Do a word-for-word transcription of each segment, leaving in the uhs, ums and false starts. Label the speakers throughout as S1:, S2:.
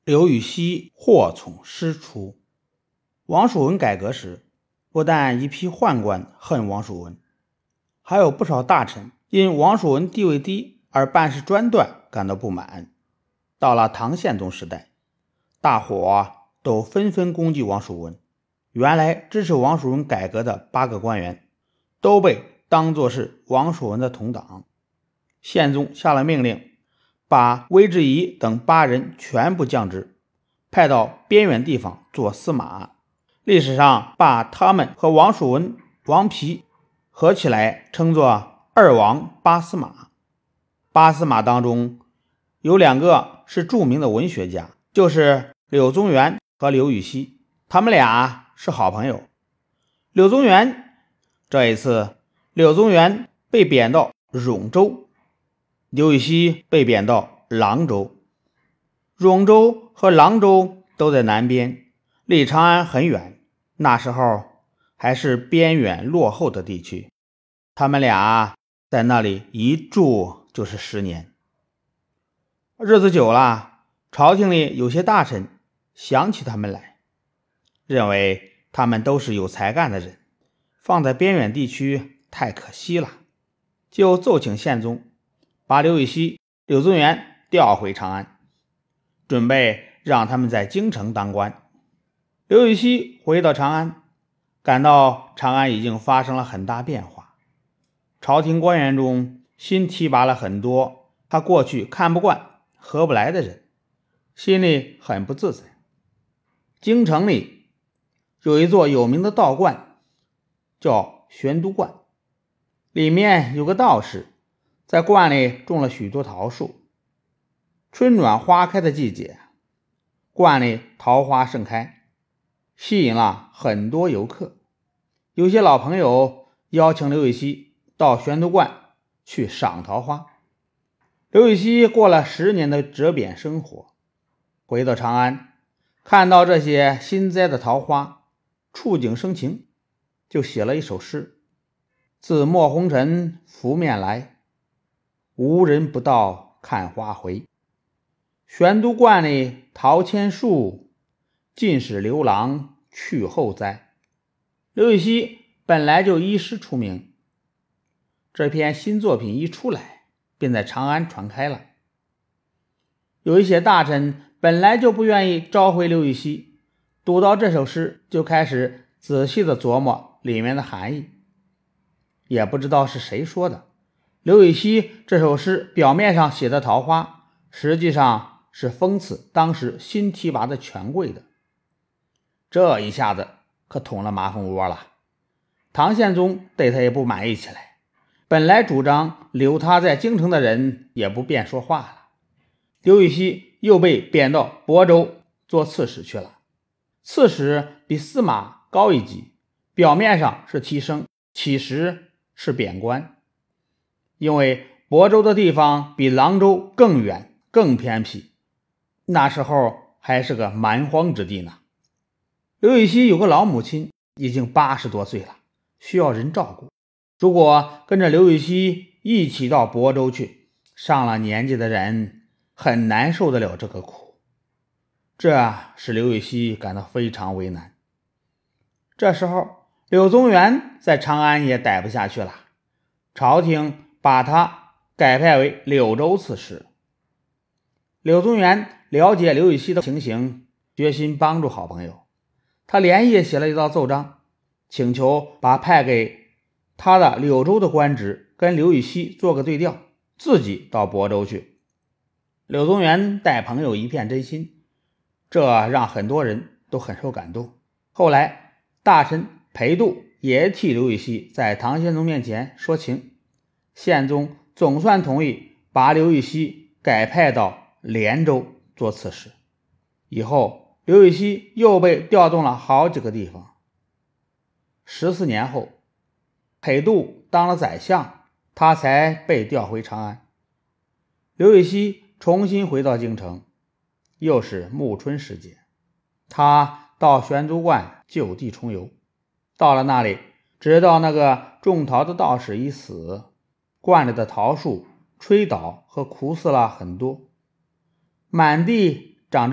S1: 刘禹锡祸从师出。王叔文改革时，不但一批宦官恨王叔文，还有不少大臣因王叔文地位低而办事专断感到不满。到了唐宪宗时代，大伙都纷纷攻击王叔文，原来支持王叔文改革的八个官员都被当作是王叔文的同党。宪宗下了命令，把韦之仪等八人全部降职，派到边远地方做司马。历史上把他们和王叔文、王丕合起来称作二王八司马。八司马当中有两个是著名的文学家，就是柳宗元和刘禹锡，他们俩是好朋友。柳宗元这一次，柳宗元被贬到永州，刘禹锡被贬到郎州。永州和郎州都在南边，离长安很远，那时候还是边远落后的地区。他们俩在那里一住就是十年。日子久了，朝廷里有些大臣想起他们来，认为他们都是有才干的人，放在边远地区太可惜了，就奏请宪宗把刘禹锡、柳宗元调回长安，准备让他们在京城当官。刘禹锡回到长安，感到长安已经发生了很大变化，朝廷官员中新提拔了很多他过去看不惯合不来的人，心里很不自在。京城里有一座有名的道观，叫玄都观，里面有个道士，在观里种了许多桃树。春暖花开的季节，观里桃花盛开，吸引了很多游客。有些老朋友邀请刘禹锡到玄都观去赏桃花。刘禹锡过了十年的折贬生活，回到长安，看到这些新栽的桃花，触景生情，就写了一首诗：自墨红尘拂面来，无人不到看花回。玄都观里桃千树，尽是刘郎去后栽。刘禹锡本来就医诗出名，这篇新作品一出来，便在长安传开了。有一些大臣本来就不愿意召回刘禹锡，读到这首诗就开始仔细地琢磨里面的含义。也不知道是谁说的，刘禹锡这首诗表面上写的桃花，实际上是讽刺当时新提拔的权贵的。这一下子可捅了马蜂窝了。唐宪宗对他也不满意起来，本来主张留他在京城的人也不便说话了。刘禹锡又被贬到亳州做刺史去了。刺史比司马高一级，表面上是提升，其实是贬官。因为亳州的地方比郎州更远更偏僻，那时候还是个蛮荒之地呢。刘禹锡有个老母亲，已经八十多岁了，需要人照顾。如果跟着刘禹锡一起到亳州去，上了年纪的人很难受得了这个苦，这使刘禹锡感到非常为难。这时候柳宗元在长安也待不下去了，朝廷把他改派为柳州刺史。柳宗元了解刘禹锡的情形，决心帮助好朋友，他连夜写了一道奏章，请求把派给他的柳州的官职跟刘禹锡做个对调，自己到亳州去。柳宗元待朋友一片真心，这让很多人都很受感动。后来大臣裴度也替刘禹锡在唐宪宗面前说情，宪宗总算同意把刘禹锡改派到连州做刺史。以后刘禹锡又被调动了好几个地方。十四年后，裴度当了宰相，他才被调回长安。刘禹锡重新回到京城，又是暮春时节，他到玄都观就地重游。到了那里，直到那个种桃的道士一死，观里的桃树吹倒和枯死了很多，满地长着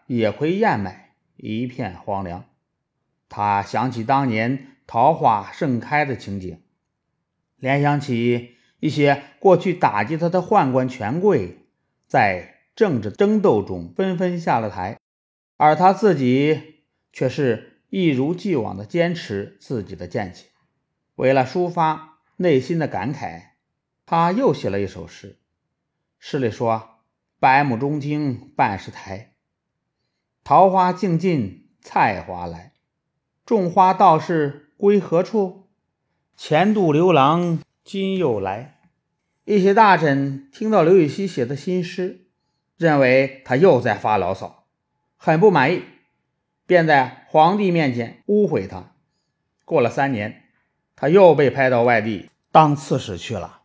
S1: 野葵燕麦，一片荒凉。他想起当年桃花盛开的情景，联想起一些过去打击他的宦官权贵在政治争斗中纷纷下了台，而他自己却是一如既往地坚持自己的见解。为了抒发内心的感慨，他又写了一首诗。诗里说：百亩中庭半是苔，桃花尽尽菜花来，种花道士归何处？前度刘郎今又来。一些大臣听到刘禹锡写的新诗，认为他又在发牢骚，很不满意，便在皇帝面前污毁他。过了三年，他又被派到外地当刺史去了。